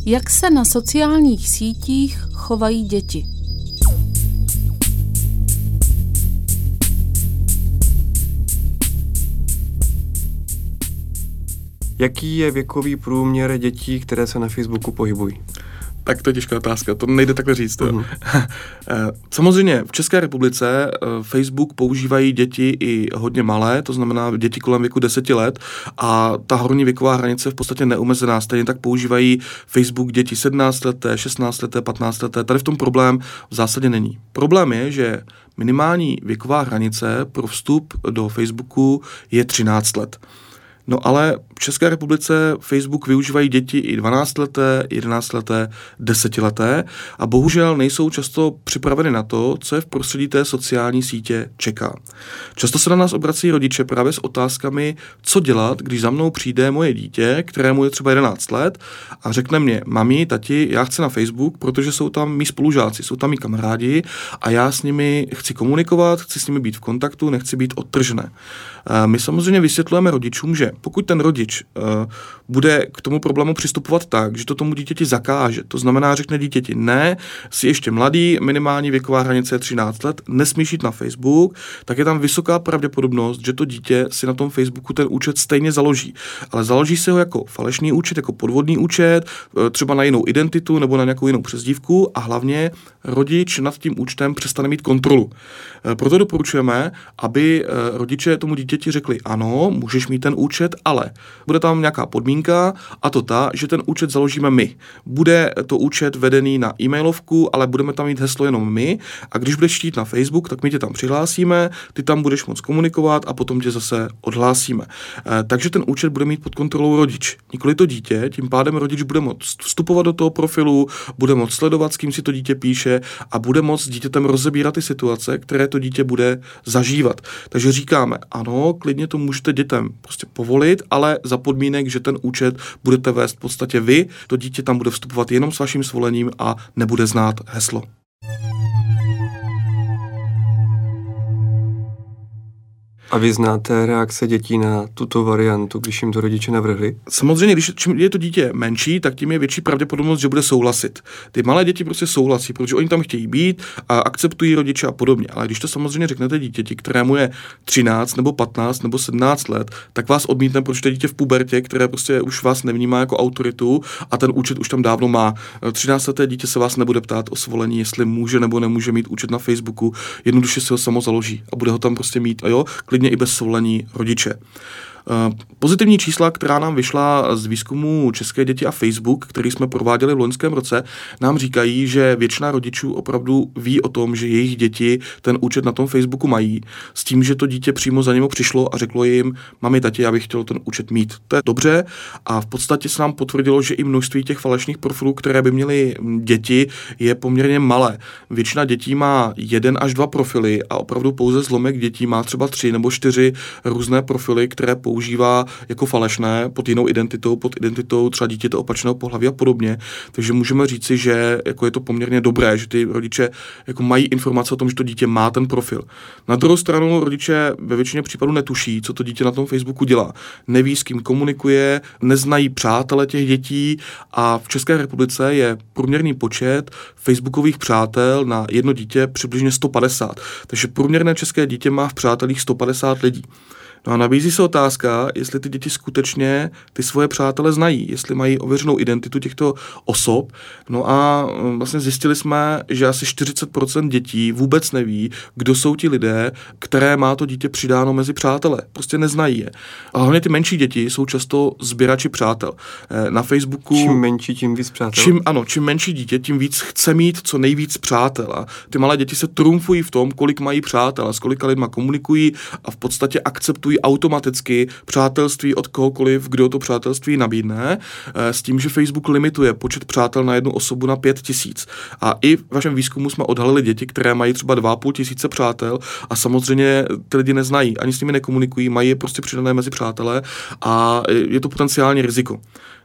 Jak se na sociálních sítích chovají děti? Jaký je věkový průměr dětí, které se na Facebooku pohybují? Tak to je těžká otázka, to nejde takhle říct. Samozřejmě v České republice Facebook používají děti i hodně malé, to znamená děti kolem věku 10 let a ta horní věková hranice v podstatě neomezená. Stejně tak používají Facebook děti 17 leté, 16 leté, 15 leté. Tady v tom problém v zásadě není. Problém je, že minimální věková hranice pro vstup do Facebooku je 13 let. No ale v České republice Facebook využívají děti i 12leté, 11leté, 10leté a bohužel nejsou často připraveny na to, co je v prostředí té sociální sítě čeká. Často se na nás obrací rodiče právě s otázkami, co dělat, když za mnou přijde moje dítě, kterému je třeba 11 let a řekne mě, mami, tati, já chci na Facebook, protože jsou tam mí spolužáci, jsou tam mí kamarádi a já s nimi chci komunikovat, chci s nimi být v kontaktu, nechci být odtržené. My samozřejmě vysvětlujeme rodičům, že pokud ten rodič bude k tomu problému přistupovat tak, že to tomu dítěti zakáže, to znamená, řekne dítěti, ne, jsi ještě mladý, minimální věková hranice je 13 let, nesmíš jít na Facebook, tak je tam vysoká pravděpodobnost, že to dítě si na tom Facebooku ten účet stejně založí. Ale založí si ho jako falešný účet, jako podvodný účet, třeba na jinou identitu nebo na nějakou jinou přezdívku a hlavně rodič nad tím účtem přestane mít kontrolu. Proto doporučujeme, aby rodiče tomu dítěti řekli, ano, můžeš mít ten účet, ale bude tam nějaká podmínka a to ta, že ten účet založíme my. Bude to účet vedený na e-mailovku, ale budeme tam mít heslo jenom my a když budeš chtít na Facebook, tak my tě tam přihlásíme, ty tam budeš moct komunikovat a potom tě zase odhlásíme. Takže ten účet bude mít pod kontrolou rodič, nikoli to dítě, tím pádem rodič bude moct vstupovat do toho profilu, bude moct sledovat, s kým si to dítě píše a bude moct s dítětem rozebírat ty situace, které to dítě bude zažívat. Takže říkáme, ano, klidně to můžete dětem prostě povolit, ale za podmínek, že ten účet budete vést v podstatě vy, to dítě tam bude vstupovat jenom s vaším svolením a nebude znát heslo. A vy znáte reakce dětí na tuto variantu, když jim to rodiče navrhli? Samozřejmě, čím je to dítě menší, tak tím je větší pravděpodobnost, že bude souhlasit. Ty malé děti prostě souhlasí, protože oni tam chtějí být a akceptují rodiče a podobně. Ale když to samozřejmě řeknete dítěti, kterému je 13 nebo 15 nebo 17 let, tak vás odmítne, protože to dítě v pubertě, které prostě už vás nevnímá jako autoritu a ten účet už tam dávno má. 13leté dítě se vás nebude ptát o svolení, jestli může nebo nemůže mít účet na Facebooku, jednoduše si ho samo založí a bude ho tam prostě mít a jo, klidně i bez svolení rodiče. Pozitivní čísla, která nám vyšla z výzkumu České děti a Facebook, který jsme prováděli v loňském roce, nám říkají, že většina rodičů opravdu ví o tom, že jejich děti ten účet na tom Facebooku mají, s tím, že to dítě přímo za ním přišlo a řeklo jim, mami, tati, já bych chtěl ten účet mít. To je dobře a v podstatě se nám potvrdilo, že i množství těch falešných profilů, které by měly děti, je poměrně malé. Většina dětí má 1 až 2 profily a opravdu pouze zlomek dětí má třeba 3 nebo 4 různé profily, které používá jako falešné pod jinou identitou, pod identitou třeba dítěte opačného pohlaví a podobně. Takže můžeme říci, že jako je to poměrně dobré, že ty rodiče jako mají informace o tom, že to dítě má ten profil. Na druhou stranu rodiče ve většině případů netuší, co to dítě na tom Facebooku dělá. Neví, s kým komunikuje, neznají přátele těch dětí a v České republice je průměrný počet facebookových přátel na jedno dítě přibližně 150. Takže průměrné české dítě má v přátelích 150 lidí. No a nabízí se otázka, jestli ty děti skutečně ty svoje přátele znají, jestli mají ověřenou identitu těchto osob. No a vlastně zjistili jsme, že asi 40% dětí vůbec neví, kdo jsou ti lidé, které má to dítě přidáno mezi přátele. Prostě neznají je. A hlavně ty menší děti jsou často sběrači přátel. Na Facebooku... Čím menší, tím víc přátel. Čím menší dítě, tím víc chce mít co nejvíc přátel. A ty malé děti se trumfují v tom, kolik mají přátel a s kolika lidma komunikují a v podstatě akceptují automaticky přátelství od kohokoliv, kdo to přátelství nabídne, s tím, že Facebook limituje počet přátel na jednu osobu na 5000. A i v vašem výzkumu jsme odhalili děti, které mají třeba 2500 přátel a samozřejmě ty lidi neznají, ani s nimi nekomunikují, mají je prostě přidané mezi přátelé a je to potenciálně riziko.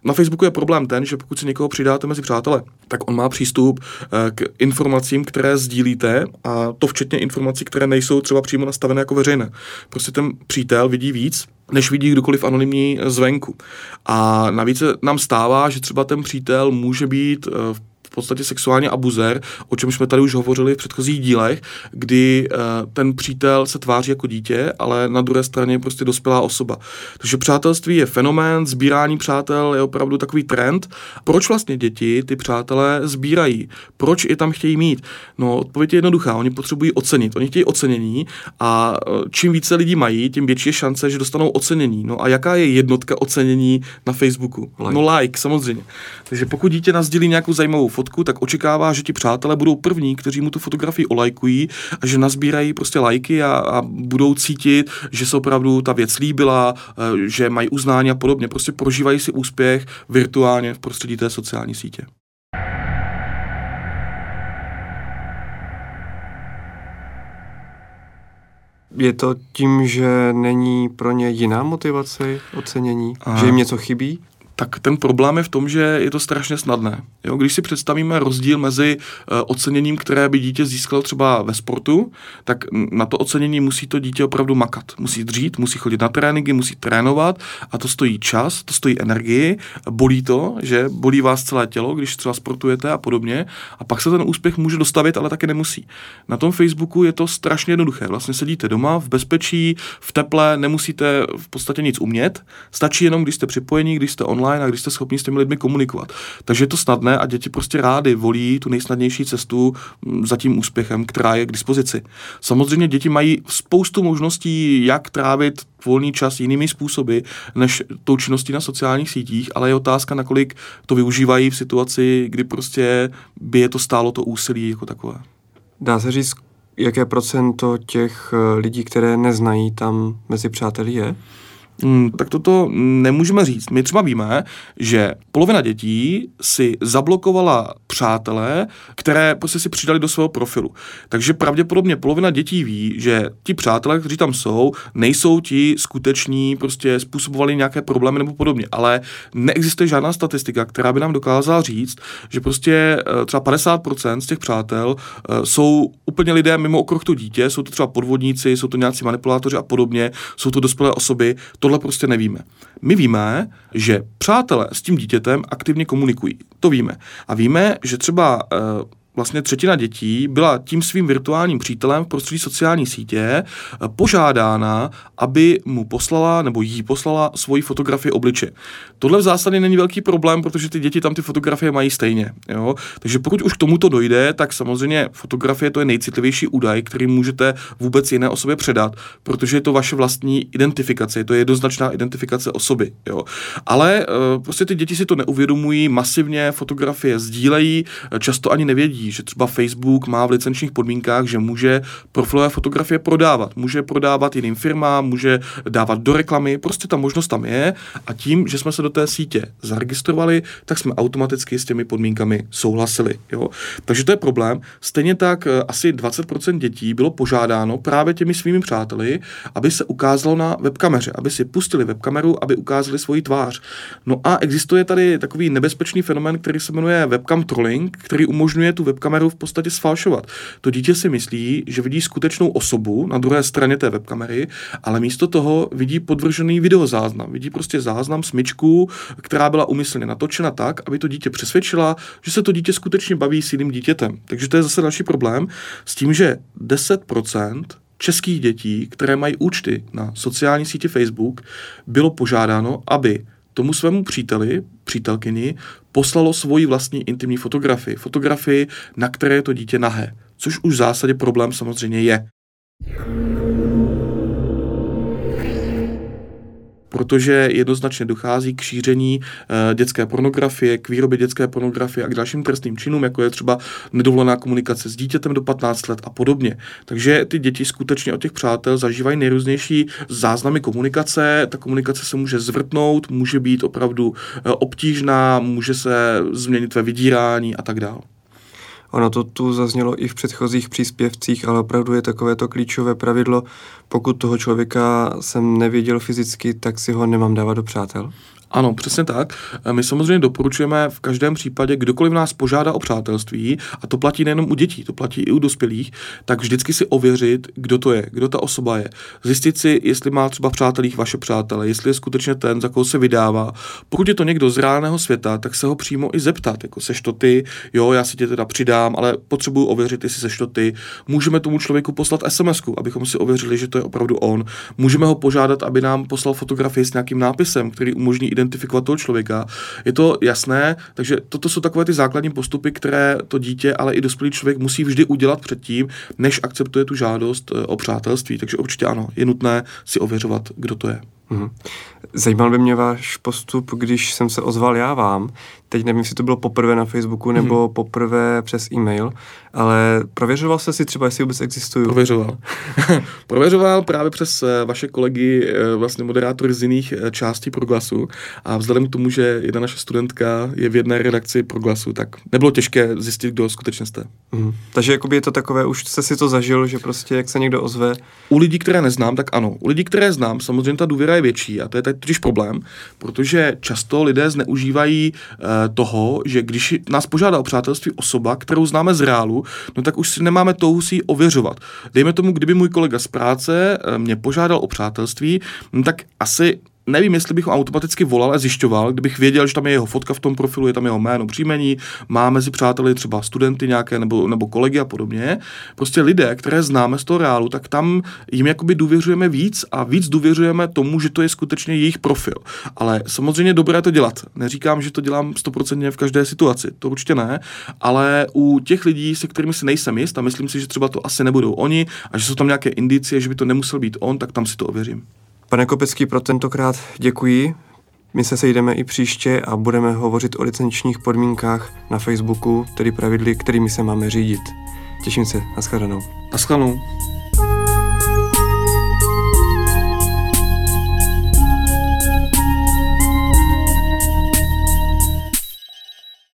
Na Facebooku je problém ten, že pokud si někoho přidáte mezi přátele, tak on má přístup k informacím, které sdílíte, a to včetně informací, které nejsou třeba přímo nastavené jako veřejné. Prostě ten přítel vidí víc, než vidí kdokoliv anonymní zvenku. A navíc se nám stává, že třeba ten přítel může být v podstatě sexuálně abuzér, o čem jsme tady už hovořili v předchozích dílech, kdy ten přítel se tváří jako dítě, ale na druhé straně je prostě dospělá osoba. Takže přátelství je fenomén, sbírání přátel je opravdu takový trend. Proč vlastně děti ty přátelé sbírají? Proč je tam chtějí mít? No, odpověď je jednoduchá, oni potřebují ocenit. Oni chtějí ocenění a čím více lidí mají, tím větší je šance, že dostanou ocenění. No a jaká je jednotka ocenění na Facebooku? Like. No like, samozřejmě. Takže pokud dítě nasdílí nějakou zajímavou fotku, tak očekává, že ti přátelé budou první, kteří mu tu fotografii olajkují a že nazbírají prostě lajky a budou cítit, že se opravdu ta věc líbila, že mají uznání a podobně. Prostě prožívají si úspěch virtuálně v prostředí té sociální sítě. Je to tím, že není pro ně jiná motivace ocenění? Že jim něco chybí? Tak ten problém je v tom, že je to strašně snadné. Jo, když si představíme rozdíl mezi oceněním, které by dítě získalo třeba ve sportu, tak na to ocenění musí to dítě opravdu makat. Musí dřít, musí chodit na tréninky, musí trénovat a to stojí čas, to stojí energii, bolí to, že bolí vás celé tělo, když třeba sportujete a podobně, a pak se ten úspěch může dostavit, ale taky nemusí. Na tom Facebooku je to strašně jednoduché. Vlastně sedíte doma v bezpečí, v teple, nemusíte v podstatě nic umět, stačí jenom, když jste připojení, když jste online a když jste schopni s těmi lidmi komunikovat. Takže je to snadné a děti prostě rády volí tu nejsnadnější cestu za tím úspěchem, která je k dispozici. Samozřejmě děti mají spoustu možností, jak trávit volný čas jinými způsoby, než tou činností na sociálních sítích, ale je otázka, nakolik to využívají v situaci, kdy prostě by je to stálo to úsilí jako takové. Dá se říct, jaké procento těch lidí, které neznají, tam mezi přáteli je? Tak toto nemůžeme říct. My třeba víme, že polovina dětí si zablokovala přátelé, které prostě si přidali do svého profilu. Takže pravděpodobně polovina dětí ví, že ti přátelé, kteří tam jsou, nejsou ti skuteční, prostě způsobovali nějaké problémy nebo podobně. Ale neexistuje žádná statistika, která by nám dokázala říct, že prostě třeba 50% z těch přátel jsou úplně lidé mimo okruh to dítě, jsou to třeba podvodníci, jsou to nějací manipulátoři a podobně, jsou to dospělé osoby. Tohle prostě nevíme. My víme, že přátelé s tím dítětem aktivně komunikují. To víme. A víme, že třeba vlastně třetina dětí byla tím svým virtuálním přítelem v prostředí sociální sítě požádána, aby mu poslala nebo jí poslala svoji fotografii obličeje. Tohle v zásadě není velký problém, protože ty děti tam ty fotografie mají stejně. Jo? Takže pokud už k tomuto dojde, tak samozřejmě fotografie to je nejcitlivější údaj, který můžete vůbec jiné osobě předat, protože je to vaše vlastní identifikace, je to jednoznačná identifikace osoby. Jo? Ale prostě ty děti si to neuvědomují, masivně fotografie sdílejí, často ani nevědí, že třeba Facebook má v licenčních podmínkách, že může profilové fotografie prodávat. Může prodávat jiným firmám, může dávat do reklamy, prostě ta možnost tam je a tím, že jsme se do té sítě zaregistrovali, tak jsme automaticky s těmi podmínkami souhlasili. Jo? Takže to je problém. Stejně tak asi 20% dětí bylo požádáno právě těmi svými přáteli, aby se ukázalo na webkameře, aby si pustili webkameru, aby ukázali svoji tvář. No a existuje tady takový nebezpečný fenomén, který se jmenuje webcam trolling, který umožňuje tu webkameru v podstatě sfalšovat. To dítě si myslí, že vidí skutečnou osobu na druhé straně té webkamery, ale místo toho vidí podvržený videozáznam. Vidí prostě záznam smyčku, která byla úmyslně natočena tak, aby to dítě přesvědčila, že se to dítě skutečně baví s jiným dítětem. Takže to je zase další problém s tím, že 10% českých dětí, které mají účty na sociální síti Facebook, bylo požádáno, aby tomu svému příteli, přítelkyni, poslalo svoji vlastní intimní fotografii, na které je to dítě nahé. Což už v zásadě problém samozřejmě je. Protože jednoznačně dochází k šíření dětské pornografie, k výrobě dětské pornografie a k dalším trestným činům, jako je třeba nedovolená komunikace s dítětem do 15 let a podobně. Takže ty děti skutečně od těch přátel zažívají nejrůznější záznamy komunikace. Ta komunikace se může zvrtnout, může být opravdu obtížná, může se změnit ve vydírání a tak dále. Ono to tu zaznělo i v předchozích příspěvcích, ale opravdu je takové to klíčové pravidlo, pokud toho člověka jsem neviděl fyzicky, tak si ho nemám dávat do přátel. Ano, přesně tak. My samozřejmě doporučujeme v každém případě, kdokoliv nás požádá o přátelství, a to platí nejenom u dětí, to platí i u dospělých, tak vždycky si ověřit, kdo to je, kdo ta osoba je. Zjistit si, jestli má třeba v přátelích vaše přátele, jestli je skutečně ten, za koho se vydává. Pokud je to někdo z reálného světa, tak se ho přímo i zeptat, jako seš to ty, jo, já si tě teda přidám, ale potřebuju ověřit, jestli seš to ty. Můžeme tomu člověku poslat SMS-ku, abychom si ověřili, že to je opravdu on. Můžeme ho požádat, aby nám poslal fotografii s nějakým nápisem, který umožní identifikovat toho člověka. Je to jasné, takže toto jsou takové ty základní postupy, které to dítě, ale i dospělý člověk musí vždy udělat předtím, než akceptuje tu žádost o přátelství. Takže určitě ano, je nutné si ověřovat, kdo to je. Zajímal by mě váš postup, když jsem se ozval já vám. Teď nevím, jestli to bylo poprvé na Facebooku nebo poprvé přes e-mail, ale prověřoval jste si třeba, jestli vůbec existují? Prověřoval právě přes vaše kolegy, vlastně moderátory z jiných částí Proglasu, a vzhledem k tomu, že jedna naše studentka je v jedné redakci Proglasu, tak nebylo těžké zjistit, kdo skutečně jste. Takže jakoby je to takové, už jste si to zažil, že prostě jak se někdo ozve? U lidí, které neznám, tak ano. U lidí, které znám, samozřejmě ta důvěra je větší, a to je totiž problém, protože často lidé zneužívají toho, že když nás požádá o přátelství osoba, kterou známe z reálu, no tak už si nemáme touhu si ji ověřovat. Dejme tomu, kdyby můj kolega z práce mě požádal o přátelství, no tak asi nevím, jestli bych ho automaticky volal a zjišťoval, kdybych věděl, že tam je jeho fotka v tom profilu, je tam jeho jméno, příjmení, má mezi přáteli třeba studenty nějaké nebo kolegy a podobně. Prostě lidé, které známe z toho reálu, tak tam jim jakoby důvěřujeme víc a víc důvěřujeme tomu, že to je skutečně jejich profil. Ale samozřejmě dobré to dělat. Neříkám, že to dělám 100% v každé situaci, to určitě ne, ale u těch lidí, se kterými si nejsem jist a myslím si, že třeba to asi nebudou oni a že jsou tam nějaké indicie, že by to nemusel být on, tak tam si to ověřím. Pane Kopecký, pro tentokrát děkuji. My se sejdeme i příště a budeme hovořit o licenčních podmínkách na Facebooku, tedy pravidly, kterými se máme řídit. Těším se. Naschledanou. Naschledanou.